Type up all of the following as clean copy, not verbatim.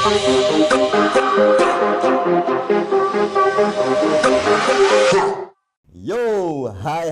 Yo, hai.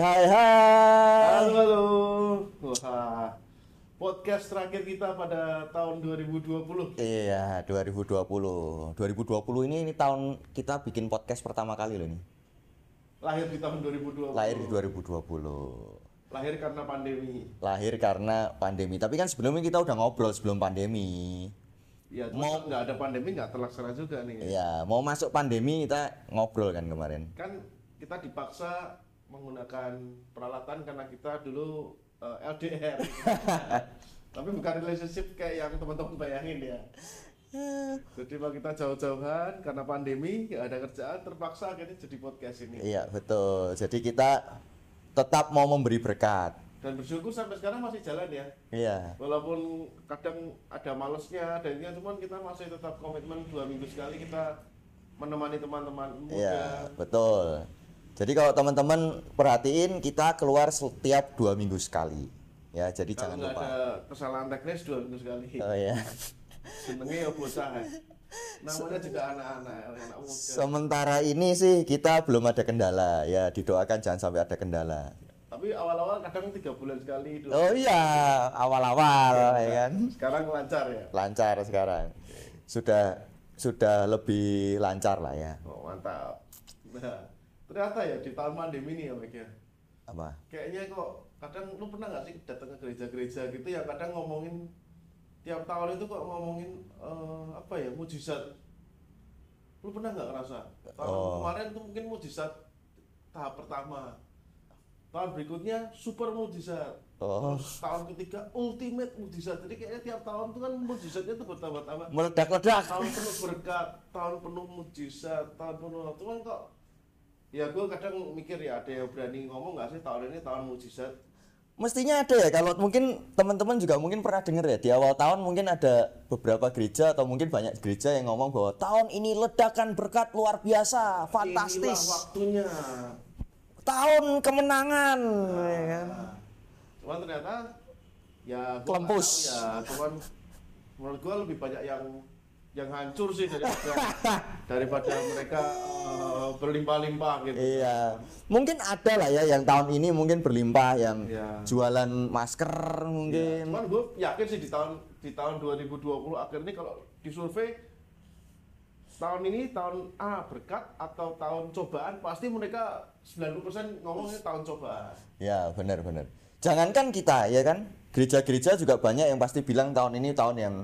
Halo. Wah, podcast terakhir kita pada tahun 2020. Iya, 2020. 2020 ini tahun kita bikin podcast pertama kali loh ini. Lahir di tahun 2020. Lahir di 2020. Lahir karena pandemi. Lahir karena pandemi. Tapi kan sebelumnya kita udah ngobrol sebelum pandemi. Ya, nggak ada pandemi nggak terlaksana juga nih. Iya, mau masuk pandemi kita ngobrol kan kemarin. Kan kita dipaksa menggunakan peralatan karena kita dulu LDR. Tapi bukan relationship kayak yang teman-teman bayangin ya. Jadi kalau kita jauh-jauhan karena pandemi nggak ada kerjaan, terpaksa akhirnya jadi podcast ini. Iya, betul. Jadi kita tetap mau memberi berkat. Dan bersyukur sampai sekarang masih jalan ya. Iya. Walaupun kadang ada malesnya, ada ini, cuman kita masih tetap komitmen 2 minggu sekali kita menemani teman-teman muda. Iya, betul. Jadi kalau teman-teman perhatiin kita keluar setiap 2 minggu sekali. Ya, jadi Kalau jangan nggak lupa. ada kesalahan teknis 2 minggu sekali. Oh iya. Senengnya ya bocah ya. Namanya juga anak-anak, anak muda. Sementara ini sih kita belum ada kendala. Ya, didoakan jangan sampai ada kendala. Tapi awal-awal kadang 3 bulan sekali. Oh iya, awal-awal ya kan. Sekarang lancar ya. Lancar sekarang. Sudah lebih lancar lah ya. Oh, mantap. Nah, ternyata ya di tahun pandemi ini ya, Mike ya. Apa? Kayaknya kok kadang lu pernah nggak sih datang ke gereja-gereja gitu yang kadang ngomongin tiap tahun itu kok ngomongin apa ya, mujizat. Lu pernah nggak ngerasa tahun kemarin tuh mungkin mujizat tahap pertama, tahun berikutnya super mujizat, terus tahun ketiga ultimate mujizat. Jadi kayaknya tiap tahun tuh kan mujizatnya tuh bertambah-tambah, Meledak-ledak. tahun penuh berkat, tahun penuh mujizat, tahun penuh. Cuman kok ya gue kadang mikir ya, ada yang berani ngomong nggak sih tahun ini tahun mujizat? Mestinya ada ya, kalau mungkin teman-teman juga mungkin pernah dengar ya, di awal tahun mungkin ada beberapa gereja atau mungkin banyak gereja yang ngomong bahwa tahun ini ledakan berkat luar biasa, fantastis. Inilah waktunya. Tahun kemenangan. Ya kan? Cuman ternyata ya gua Kelempus. nggak tahu ya, cuman menurut gua lebih banyak yang hancur sih daripada mereka berlimpah-limpah gitu. Iya, mungkin ada lah ya yang tahun ini mungkin berlimpah, yang Iya. jualan masker mungkin. Cuman gue yakin sih di tahun 2020 akhir ini kalau disurvei tahun ini tahun A berkat atau tahun cobaan, pasti mereka 90% ngomongnya tahun cobaan. Ya, benar. Jangankan kita ya kan, gereja-gereja juga banyak yang pasti bilang tahun ini tahun yang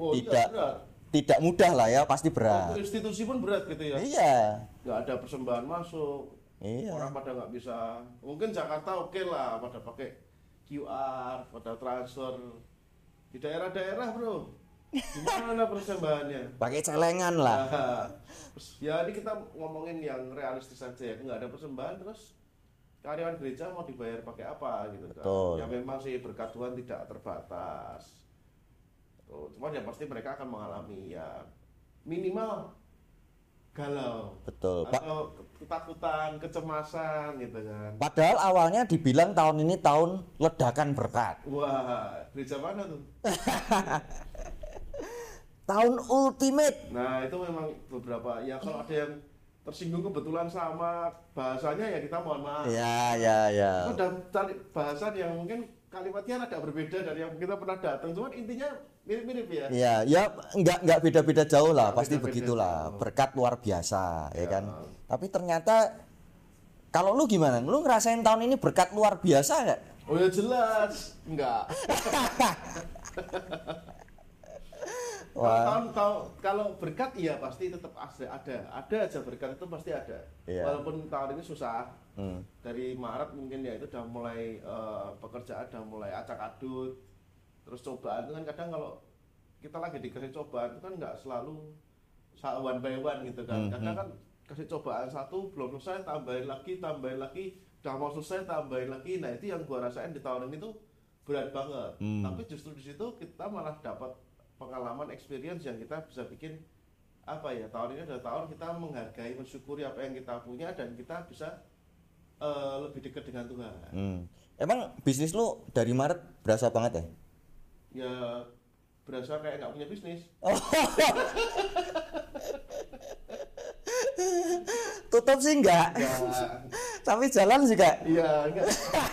tidak mudah lah ya, pasti berat. Untuk institusi pun berat gitu ya. Iya. Nggak ada persembahan masuk. Iya. Orang pada nggak bisa. Mungkin Jakarta oke lah, pada pakai QR, pada transfer. Di daerah-daerah bro, gimana persembahannya? Pakai celengan lah. Nah, ya ini kita ngomongin yang realistis saja ya. Nggak ada persembahan, terus karyawan gereja mau dibayar pakai apa gitu kan? Betul. Ya memang sih berkat Tuhan tidak terbatas. Cuman yang pasti mereka akan mengalami ya minimal galau, Betul, Pak. atau ketakutan, kecemasan gitu kan. Padahal awalnya dibilang tahun ini tahun ledakan berkat. Wah, gereja mana tuh? Tahun ultimate. Nah itu memang beberapa ya, kalau ada yang tersinggung kebetulan sama bahasanya ya kita mohon maaf. Ya. Itu udah cari bahasan yang mungkin kalimatnya agak berbeda dari yang kita pernah datang, cuman intinya mirip-mirip ya. Ya nggak beda-beda jauh lah, Nggak pasti beda-beda begitulah. jauh. Berkat luar biasa, ya Ya. kan. Tapi ternyata kalau lu gimana? Lu ngerasain tahun ini berkat luar biasa nggak? Oh ya jelas, enggak. Wah. Kalau berkat iya pasti tetap ada aja berkat itu pasti ada. Iya. Walaupun tahun ini susah. Dari Maret mungkin ya itu udah mulai pekerjaan udah mulai acak-adut. Terus cobaan itu kan kadang kalau kita lagi dikasih cobaan itu kan nggak selalu one by one gitu kan. Kadang kan kasih cobaan satu belum selesai tambahin lagi, udah mau selesai tambahin lagi. Nah itu yang gua rasain di tahun ini tuh berat banget. Tapi justru di situ kita malah dapat pengalaman, experience yang kita bisa bikin apa ya, tahun ini adalah tahun kita menghargai, mensyukuri apa yang kita punya dan kita bisa lebih dekat dengan Tuhan. Emang bisnis lu dari Maret berasa banget ya? Ya berasa kayak nggak punya bisnis. tutup sih enggak. Tapi jalan juga. Iya, enggak.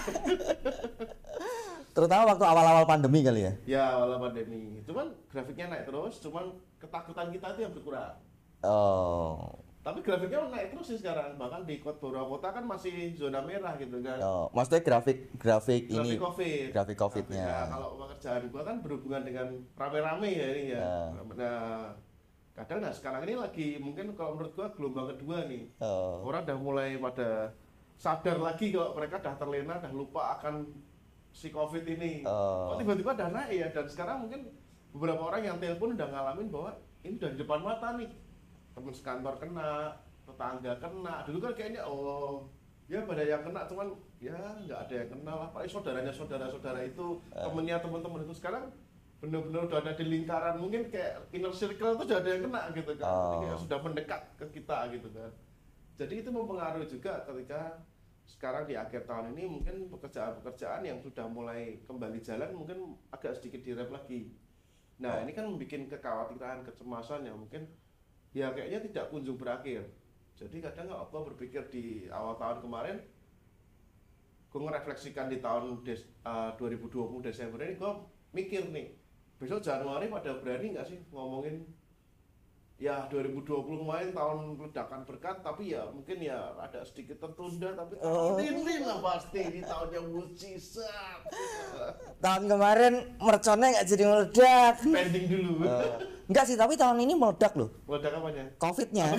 Terutama waktu awal-awal pandemi kali ya. Ya, awal pandemi. Cuman grafiknya naik terus, cuman ketakutan kita itu yang berkurang. Oh. Tapi grafiknya naik terus sih sekarang. Bahkan di beberapa kota kan masih zona merah gitu kan. Oh, maksudnya grafik ini COVID. grafik COVID-nya. Nah, kalau pekerjaan gua kan berhubungan dengan rame-rame ya ini ya. Nah, kadang sekarang ini lagi mungkin kalau menurut gua gelombang kedua nih. Orang udah mulai pada sadar lagi kalau mereka udah terlena, udah lupa akan si COVID ini. Kok tiba-tiba udah naik ya, dan sekarang mungkin beberapa orang yang telepon udah ngalamin bahwa ini udah di depan mata nih. Teman sekantor kena, tetangga kena. Dulu kan kayaknya ya pada yang kena, cuman ya nggak ada yang kena lah. Paling saudaranya saudara-saudara itu, temennya teman-teman itu. Sekarang benar-benar udah ada di lingkaran, mungkin kayak inner circle itu udah ada yang kena gitu kan. Kayak sudah mendekat ke kita gitu kan. Jadi itu mempengaruhi juga ketika sekarang di akhir tahun ini mungkin pekerjaan-pekerjaan yang sudah mulai kembali jalan mungkin agak sedikit direm lagi. Nah ini kan membuat kekhawatiran, kecemasan yang mungkin ya kayaknya tidak kunjung berakhir. Jadi kadang aku berpikir di awal tahun kemarin, gue ngerefleksikan di tahun 2020 Desember ini, gue mikir nih, besok Januari pada berani nggak sih ngomongin ya 2020 kemarin tahun ledakan berkat, tapi ya mungkin ya ada sedikit tertunda, tapi tahun ini lah pasti di tahun yang mujizat. Tahun kemarin merconnya nggak jadi meledak. Pending dulu. Enggak sih, tapi tahun ini meledak loh. Meledak apanya? COVID-nya.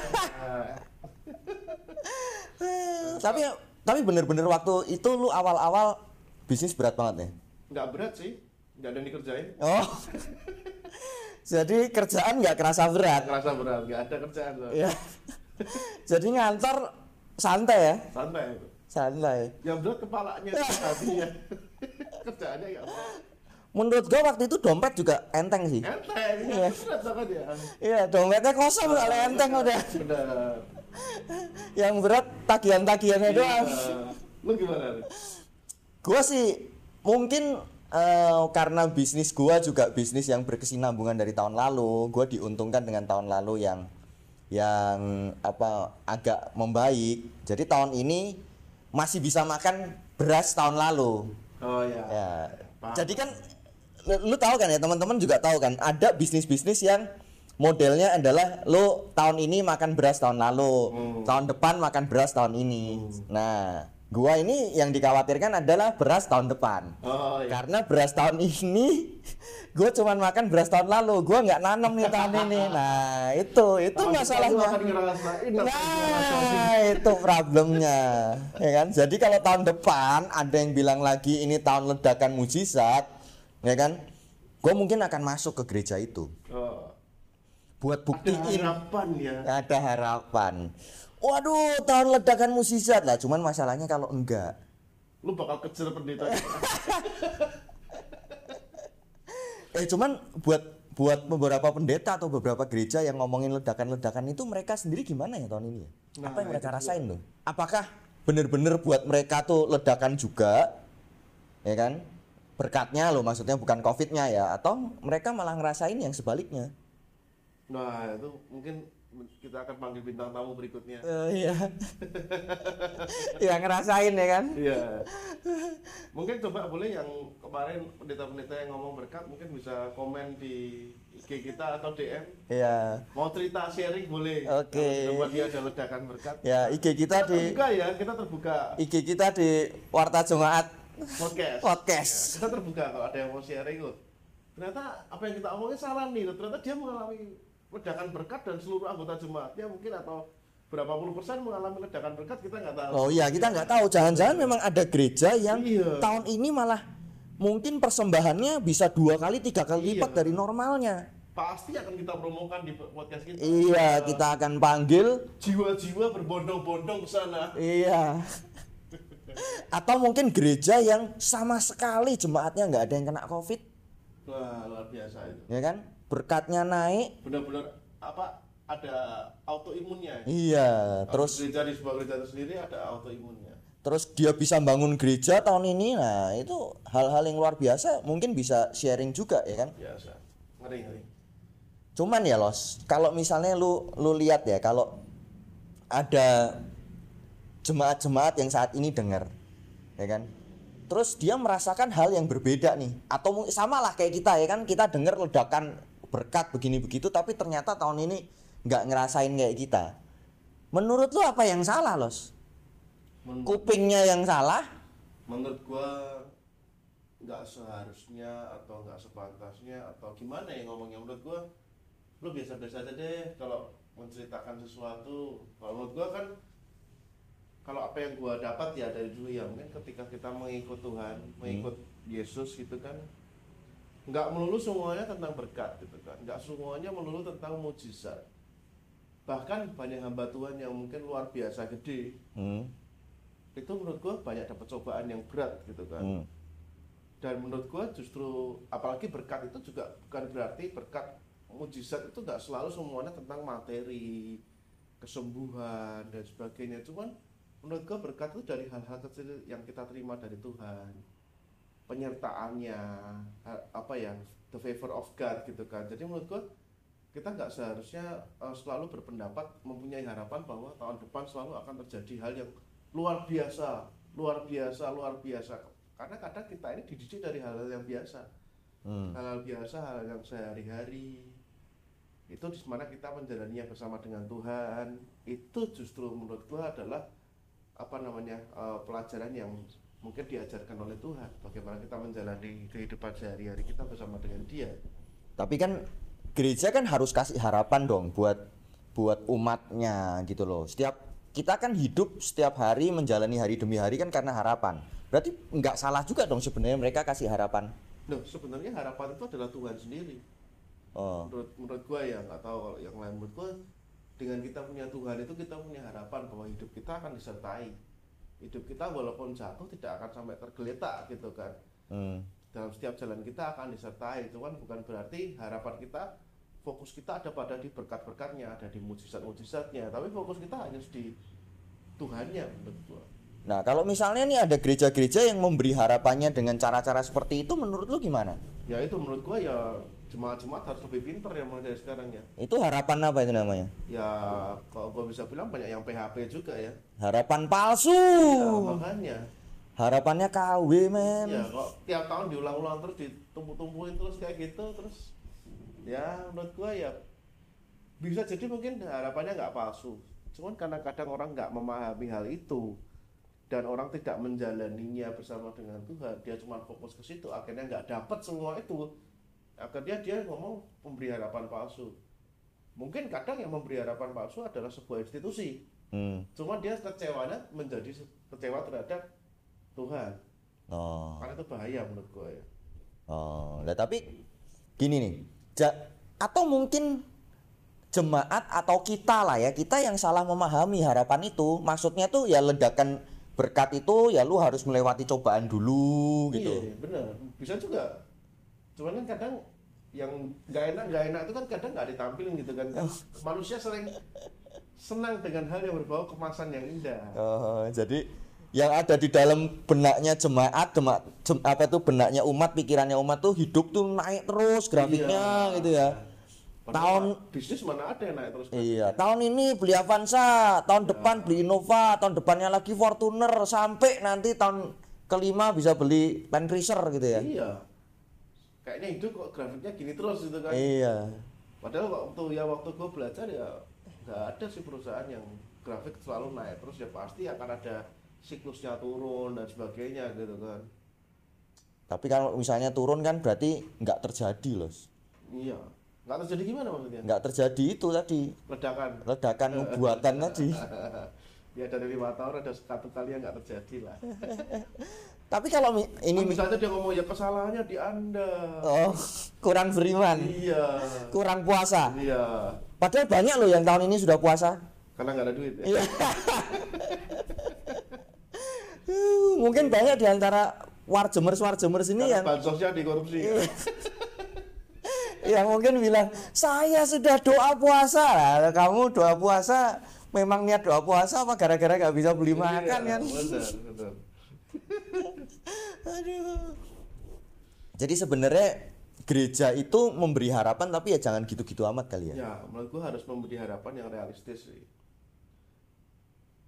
Tapi bener-bener waktu itu lu awal-awal bisnis berat banget ya? Nggak berat sih, nggak ada yang dikerjain. Oh. Jadi kerjaan nggak kerasa berat. Nggak kerasa berat, nggak ada kerjaan. Iya. Jadi ngantor santai ya? Santai. Santai. Yang berat kepalanya, hatinya. Kerjaannya nggak apa. Menurut gua waktu itu dompet juga enteng sih. Enteng, Iya. berat banget ya. Iya, dompetnya kosong kalau enteng udah. Benar. Yang berat tagihan-tagihannya doang. Lu gimana? Gua sih mungkin karena bisnis gua juga bisnis yang berkesinambungan dari tahun lalu, gua diuntungkan dengan tahun lalu yang agak membaik. Jadi tahun ini masih bisa makan beras tahun lalu. Oh ya. Ya. Jadi kan lu tahu kan ya, teman-teman juga tahu kan, ada bisnis-bisnis yang modelnya adalah lu tahun ini makan beras tahun lalu, tahun depan makan beras tahun ini. Nah, gua ini yang dikhawatirkan adalah beras tahun depan. Oh, iya. Karena beras tahun ini gua cuman makan beras tahun lalu, gua nggak nanam nih tahun ini. Nah, itu masalahnya. Nah, itu problemnya. Ya kan? Jadi kalau tahun depan ada yang bilang lagi ini tahun ledakan mujizat, ya kan? Gua mungkin akan masuk ke gereja itu. Buat buktiin ada harapan ya. Ada harapan. Waduh, tahun ledakan mujizat lah. Cuman masalahnya kalau enggak, Lu bakal kejar pendeta. cuman buat beberapa pendeta atau beberapa gereja yang ngomongin ledakan-ledakan itu, mereka sendiri gimana ya tahun ini ya? Nah, apa yang mereka rasain tuh? Apakah bener-bener buat mereka tuh ledakan juga? Ya kan? Berkatnya loh, maksudnya bukan COVID-nya ya, atau mereka malah ngerasain yang sebaliknya? Nah, itu mungkin kita akan panggil bintang tamu berikutnya. Iya. Yang ngerasain ya kan? Iya. Mungkin coba boleh yang kemarin pendeta-pendeta yang ngomong berkat mungkin bisa komen di IG kita atau DM. Iya. Mau cerita sharing boleh. Oke. Coba dia ada ledakan berkat. Ya, IG kita di Terbuka ya, kita terbuka. IG kita di Warta Jumat Ya, Podcast. kita terbuka kalau ada yang mau sharing loh. Ternyata apa yang kita omongin salah nih, ternyata dia mengalami ledakan berkat dan seluruh anggota jemaatnya mungkin, atau berapa puluh persen mengalami ledakan berkat, kita nggak tahu. Oh iya, kita nggak tahu. Jangan-jangan memang ada gereja yang tahun ini malah mungkin persembahannya bisa 2 kali 3 kali lipat dari normalnya. Pasti akan kita promokan di podcast kita. Iya, kita akan panggil jiwa-jiwa berbondong-bondong ke sana. Iya. Atau mungkin gereja yang sama sekali jemaatnya nggak ada yang kena COVID. Wah, luar biasa itu. Ya kan? Berkatnya naik. Benar-benar ada autoimunnya. Iya, terus gereja di sebuah gereja itu sendiri ada autoimunnya. Terus dia bisa bangun gereja tahun ini. Nah, itu hal-hal yang luar biasa, mungkin bisa sharing juga ya kan? Biasa. Ngeri. Cuman ya Los, kalau misalnya lu lihat ya, kalau ada jemaat-jemaat yang saat ini dengar, ya kan? Terus dia merasakan hal yang berbeda nih, atau sama lah kayak kita ya kan, kita dengar ledakan berkat begini begitu, tapi ternyata tahun ini nggak ngerasain kayak kita. Menurut lu apa yang salah, Los? Kupingnya yang salah? Menurut gua nggak seharusnya atau nggak sepantasnya atau gimana ya ngomongnya. Menurut gua lu biasa-biasa aja deh kalau menceritakan sesuatu. Kalau menurut gua kan, kalau apa yang gua dapat ya dari dulu ya, mungkin ketika kita mengikut Tuhan, mengikut Yesus gitu kan, nggak melulu semuanya tentang berkat gitu kan, nggak semuanya melulu tentang mujizat. Bahkan banyak hamba Tuhan yang mungkin luar biasa gede, itu menurut gua banyak dapat cobaan yang berat gitu kan. Dan menurut gua justru apalagi berkat itu juga bukan berarti berkat mujizat itu nggak selalu semuanya tentang materi, kesembuhan dan sebagainya. Cuman menurut gue berkat itu dari hal-hal kecil yang kita terima dari Tuhan, penyertaannya, apa ya, the favor of God gitu kan. Jadi menurut gue kita nggak seharusnya selalu berpendapat mempunyai harapan bahwa tahun depan selalu akan terjadi hal yang luar biasa, luar biasa, luar biasa. Karena kadang kita ini dididik dari hal-hal yang biasa, hal-hal biasa, hal yang sehari-hari. Itu di mana kita menjalaninya bersama dengan Tuhan. Itu justru menurut gue adalah apa namanya, pelajaran yang mungkin diajarkan oleh Tuhan, bagaimana kita menjalani kehidupan sehari-hari kita bersama dengan Dia. Tapi kan gereja kan harus kasih harapan dong buat umatnya gitu loh. Kita kan hidup setiap hari, menjalani hari demi hari kan karena harapan. Berarti nggak salah juga dong sebenarnya mereka kasih harapan. Loh, sebenarnya harapan itu adalah Tuhan sendiri. Menurut gua ya, nggak tahu kalau yang lain. Menurut gua dengan kita punya Tuhan itu kita punya harapan bahwa hidup kita akan disertai. Hidup kita walaupun jatuh tidak akan sampai tergeletak gitu kan. Dalam setiap jalan kita akan disertai. Itu kan bukan berarti harapan kita, fokus kita ada pada di berkat-berkatnya, ada di mujizat-mujizatnya, tapi fokus kita hanya di Tuhannya menurut gua. Nah, kalau misalnya nih ada gereja-gereja yang memberi harapannya dengan cara-cara seperti itu, menurut lu gimana? Ya itu menurut gua ya jemaat-jemaat harus lebih pintar ya mulai dari sekarang ya. Itu harapan apa itu namanya? Ya kalau gua bisa bilang banyak yang PHP juga ya. Harapan palsu. Ya, makanya. Harapannya KW men. Ya kok tiap tahun diulang-ulang terus, ditumpu-tumpuin terus kayak gitu terus. Ya menurut gua ya bisa jadi mungkin harapannya nggak palsu. Cuman karena kadang orang nggak memahami hal itu dan orang tidak menjalaninya bersama dengan Tuhan, dia cuma fokus ke situ, akhirnya nggak dapat semua itu. Akhirnya dia ngomong memberi harapan palsu. Mungkin kadang yang memberi harapan palsu adalah sebuah institusi. Cuma dia kecewanya menjadi kecewa terhadap Tuhan. Karena itu bahaya menurut gue ya. Nah, tapi gini nih, atau mungkin jemaat atau kita lah ya, kita yang salah memahami harapan itu. Maksudnya tuh ya ledakan berkat itu ya lu harus melewati cobaan dulu gitu. Iya benar, bisa juga. Cuman kan kadang yang nggak enak itu kan kadang nggak ditampilin gitu kan. Manusia sering senang dengan hal yang berbau kemasan yang indah. Jadi yang ada di dalam benaknya jemaat, benaknya umat, pikirannya umat tuh hidup tuh naik terus grafiknya gitu ya. Tahun bisnis mana ada yang naik terus? Iya, tahun ini beli Avanza, tahun depan beli Innova, tahun depannya lagi Fortuner, sampai nanti tahun kelima bisa beli Land Cruiser gitu ya. Iya. Kayaknya hidup kok grafiknya gini terus gitu kan. Iya. Padahal waktu gue belajar ya nggak ada sih perusahaan yang grafik selalu naik terus, ya pasti akan ada siklusnya turun dan sebagainya gitu kan. Tapi kalau misalnya turun kan berarti nggak terjadi loh. Iya. Nggak terjadi gimana maksudnya? Nggak terjadi itu tadi. Ledakan buatan tadi. Ya dari 5 tahun ada 1 kali yang nggak terjadi lah. Tapi kalau ini misalnya dia ngomong ya kesalahannya di Anda. Kurang beriman. Iya. Kurang puasa. Iya. Padahal banyak loh yang tahun ini sudah puasa. Karena nggak ada duit. Ya? Iya. Mungkin banyak di antara warjemers sini yang bansosnya dikorupsi. Yang mungkin bilang saya sudah doa puasa lah, kamu doa puasa memang niat doa puasa apa gara-gara nggak bisa beli makan kan? Benar. Aduh. Jadi sebenarnya gereja itu memberi harapan tapi ya jangan gitu-gitu amat kali ya. Ya menurut gua harus memberi harapan yang realistis sih.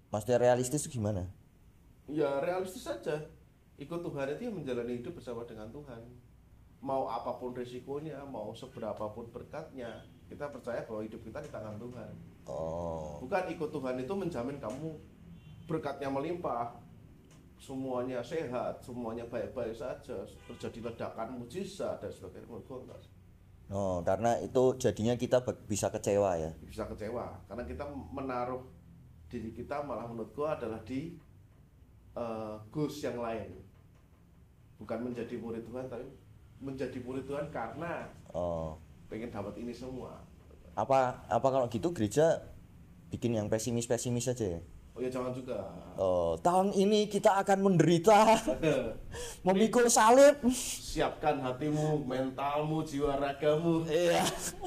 Maksudnya realistis itu gimana? Ya realistis saja. Ikut Tuhan itu ya menjalani hidup bersama dengan Tuhan. Mau apapun risikonya, mau seberapapun berkatnya, kita percaya bahwa hidup kita di tangan Tuhan. Oh. Bukan ikut Tuhan itu menjamin kamu berkatnya melimpah, semuanya sehat, semuanya baik-baik saja, terjadi ledakan mujizat dan sebagainya. Menurut gua enggak. Oh, karena itu jadinya kita bisa kecewa ya. Bisa kecewa karena kita menaruh diri kita malah menurut gua adalah di goals yang lain. Bukan menjadi murid Tuhan, tapi menjadi murid Tuhan karena pengen dapat ini semua. Apa kalau gitu gereja bikin yang pesimis aja ya? Oh ya jangan juga. Tahun ini kita akan menderita, memikul salib. Siapkan hatimu, mentalmu, jiwa ragamu. Iya.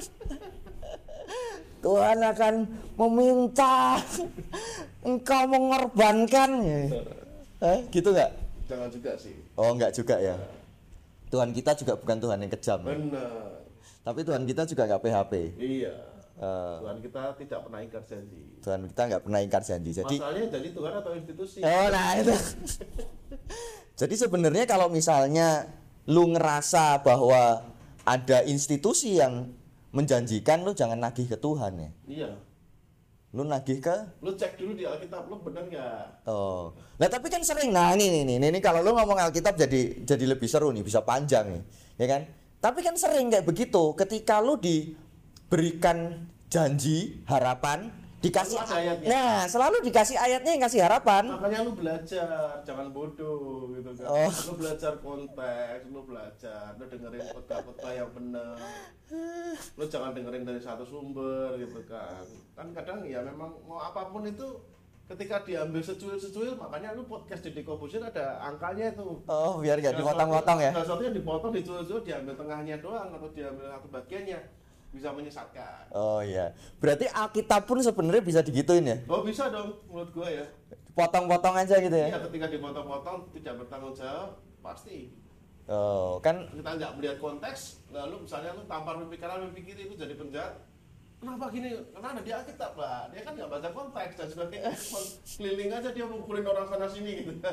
Tuhan akan meminta engkau mengorbankan. Gitu nggak? Jangan juga sih. Oh nggak juga ya. Tuhan kita juga bukan Tuhan yang kejam. Benar. Tapi Tuhan kita juga nggak PHP. Iya. Tuhan kita tidak pernah ingkar janji. Tuhan kita nggak pernah ingkar janji. Jadi masalahnya jadi Tuhan atau institusi? Oh nah itu. Jadi sebenarnya kalau misalnya lu ngerasa bahwa ada institusi yang menjanjikan, lu jangan nagih ke Tuhan ya. Iya. Lu nagih ke? Lu cek dulu di Alkitab lu benar nggak? Oh. Nah tapi kan sering. Nah ini kalau lu ngomong Alkitab jadi lebih seru nih, bisa panjang nih, ya kan? Tapi kan sering kayak begitu. Ketika lu diberikan janji, harapan, dikasih ayatnya. Nah selalu dikasih ayatnya yang kasih harapan. Makanya lu belajar, jangan bodoh gitu kan. Lu belajar konteks, lu belajar, lu dengerin khotbah yang benar. Lu jangan dengerin dari satu sumber gitu kan. Kan kadang ya memang mau apapun itu ketika diambil secuil, makanya lu podcast di Dekobusir ada angkanya itu. Oh, biar gak dipotong-potong ya. Satunya dipotong, dicuil-cuil, diambil tengahnya doang atau diambil satu bagiannya. Bisa menyesatkan. Oh iya. Berarti Alkitab pun sebenarnya bisa digituin ya? Oh bisa dong menurut gua ya. Potong-potong aja gitu ya? Iya, ketika dipotong-potong tidak bertanggung jawab pasti. Oh kan Kita nggak melihat konteks, lalu misalnya lu tampar mimpi kanan mimpi kiri itu jadi penjahat. Kenapa gini? Karena ada di Alkitab lah. Dia kan nggak baca konteks dan sebagainya. Keliling aja dia mukulin orang sana sini gitu.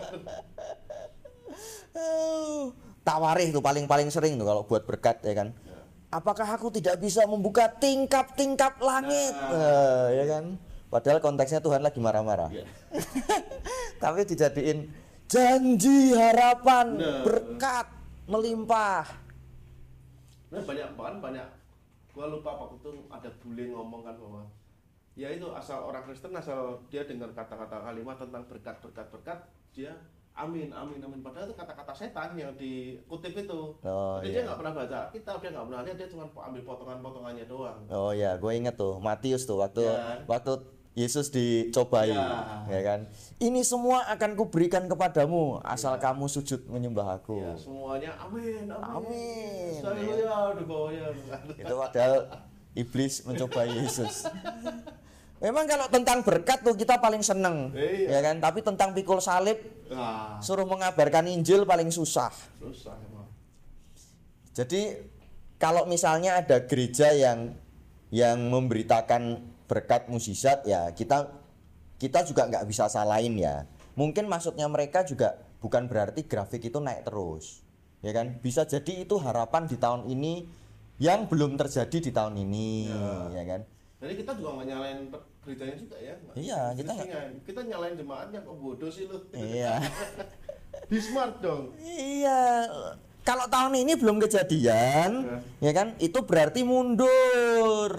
Tawarih tuh paling sering tuh kalau buat berkat ya kan. Apakah aku tidak bisa membuka tingkap-tingkap langit? Ya kan? Padahal konteksnya Tuhan lagi marah-marah. Yeah. Tapi dijadiin janji, harapan, berkat, melimpah. Nah, banyak. Gua lupa waktu itu ada bule ngomong kan bahwa ya itu asal orang Kristen asal dia dengar kata-kata kalimat tentang berkat dia amin. Padahal itu kata-kata setan yang dikutip itu. Jadi dia nggak pernah baca kitab, dia nggak pernah lihat, dia cuma ambil potongan-potongannya doang. Oh ya, gue inget tuh Matius tuh waktu Yesus dicobai, ya kan? Ini semua akan kuberikan kepadamu asal kamu sujud menyembah aku. Ya, semuanya amin. Ya. Itu padahal iblis mencobai Yesus. Memang kalau tentang berkat tuh kita paling seneng, ya kan? Tapi tentang pikul salib, suruh mengabarkan Injil paling susah. Susah emang. Jadi kalau misalnya ada gereja yang memberitakan berkat mukjizat, ya kita juga nggak bisa salahin ya. Mungkin maksudnya mereka juga bukan berarti grafik itu naik terus, ya kan? Bisa jadi itu harapan di tahun ini yang belum terjadi di tahun ini, ya kan? Jadi kita juga nggak nyalain gerejanya juga ya. Iya, kita nyalain jemaatnya, kok bodoh sih lu. Iya. Be smart dong. Iya. Kalau tahun ini belum kejadian, ya kan? Itu berarti mundur.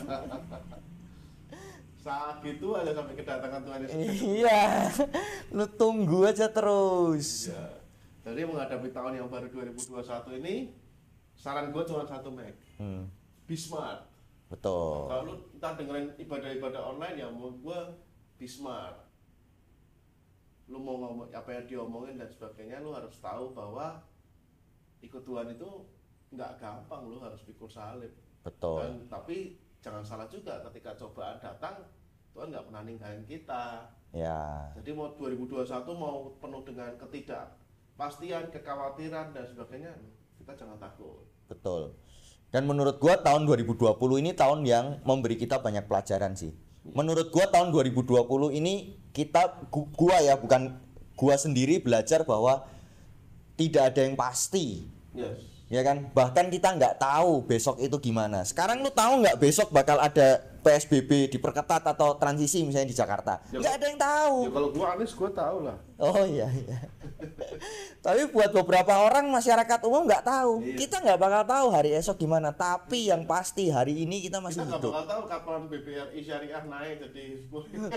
Saat gitu aja sampai kedatangan Tuhan Yesus. Iya. Lu tunggu aja terus. Iya. Jadi menghadapi tahun yang baru 2021 ini, saran gue cuma satu, Mac. Be smart. Betul. Kalau lu entah dengerin ibadah-ibadah online ya menurut gua be smart. Lu mau ngomong apa yang diomongin dan sebagainya, lu harus tahu bahwa ikut Tuhan itu nggak gampang, lu harus pikul salib. Betul. Tapi jangan salah juga, ketika cobaan datang Tuhan nggak pernah ninggalin kita. Ya. Jadi mau 2021 mau penuh dengan ketidakpastian, kekhawatiran dan sebagainya, kita jangan takut. Betul. Dan menurut gua tahun 2020 ini tahun yang memberi kita banyak pelajaran sih. menurut gua tahun 2020 ini gua ya, bukan gua sendiri, belajar bahwa tidak ada yang pasti. Yes. Ya kan, bahkan kita nggak tahu besok itu gimana. Sekarang lu tahu nggak besok bakal ada PSBB diperketat atau transisi misalnya di Jakarta? Ya, Nggak ada yang tahu. Ya kalau gua Anies gua tahu lah. Oh iya. Tapi buat beberapa orang masyarakat umum nggak tahu. Iya. Kita nggak bakal tahu hari esok gimana. Tapi yang pasti hari ini kita masih Kita nggak hidup. bakal tahu kapan BBRI Syariah naik jadi 10.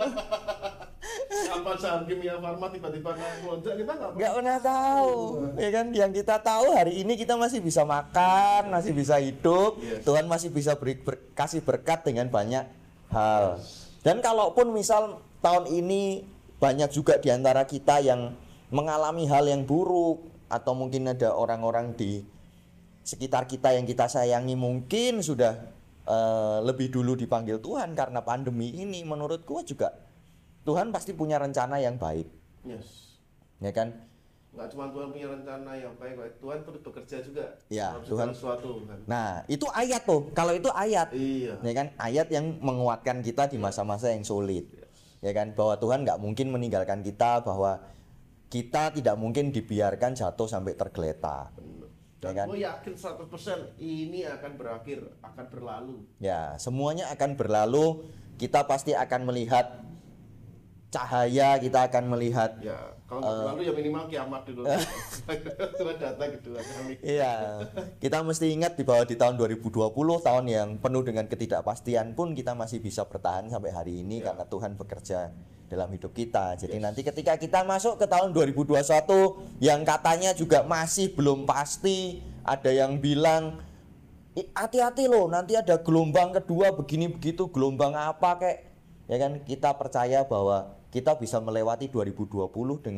Kapan saham Kimia Farma tiba-tiba naik melonjak, kita Nggak pernah tahu. Ya kan, yang kita tahu hari ini kita masih bisa makan, masih bisa hidup. Yes. Tuhan masih bisa kasih berkat dengan banyak hal. Dan kalaupun misal tahun ini banyak juga di antara kita yang mengalami hal yang buruk, atau mungkin ada orang-orang di sekitar kita yang kita sayangi mungkin sudah lebih dulu dipanggil Tuhan karena pandemi ini, menurutku juga Tuhan pasti punya rencana yang baik. Yes. Ya kan? Nggak cuma Tuhan punya rencana yang baik, Tuhan turut bekerja juga. Ya, dalam Tuhan. segala sesuatu kan. Nah, itu ayat tuh. Kalau itu ayat. Iya. Ya kan? Ayat yang menguatkan kita di masa-masa yang sulit. Ya kan? Bahwa Tuhan nggak mungkin meninggalkan kita, bahwa kita tidak mungkin dibiarkan jatuh sampai tergeletak. Dan Ya kan? gue yakin 100% ini akan berakhir, akan berlalu. Ya, semuanya akan berlalu. Kita pasti akan melihat cahaya, kita akan melihat. Ya, kalau nggak berlalu ya minimal kiamat dulu. Tuhan datang kedua kali. Iya, kita mesti ingat bahwa di tahun 2020, tahun yang penuh dengan ketidakpastian pun kita masih bisa bertahan sampai hari ini karena Tuhan bekerja dalam hidup kita. Jadi nanti ketika kita masuk ke tahun 2021 yang katanya juga masih belum pasti, ada yang bilang hati-hati loh, nanti ada gelombang kedua begini begitu, gelombang apa kayak, ya kan, kita percaya bahwa kita bisa melewati 2020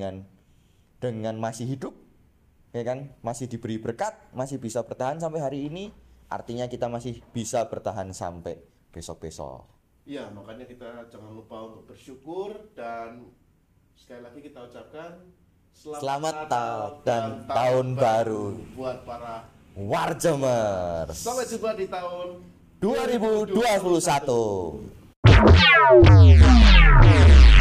dengan masih hidup, ya kan, masih diberi berkat, masih bisa bertahan sampai hari ini, artinya kita masih bisa bertahan sampai besok-besok. Iya, makanya kita jangan lupa untuk bersyukur, dan sekali lagi kita ucapkan Selamat Natal dan Tahun Baru buat para Warjamers. Sampai jumpa di tahun 2021.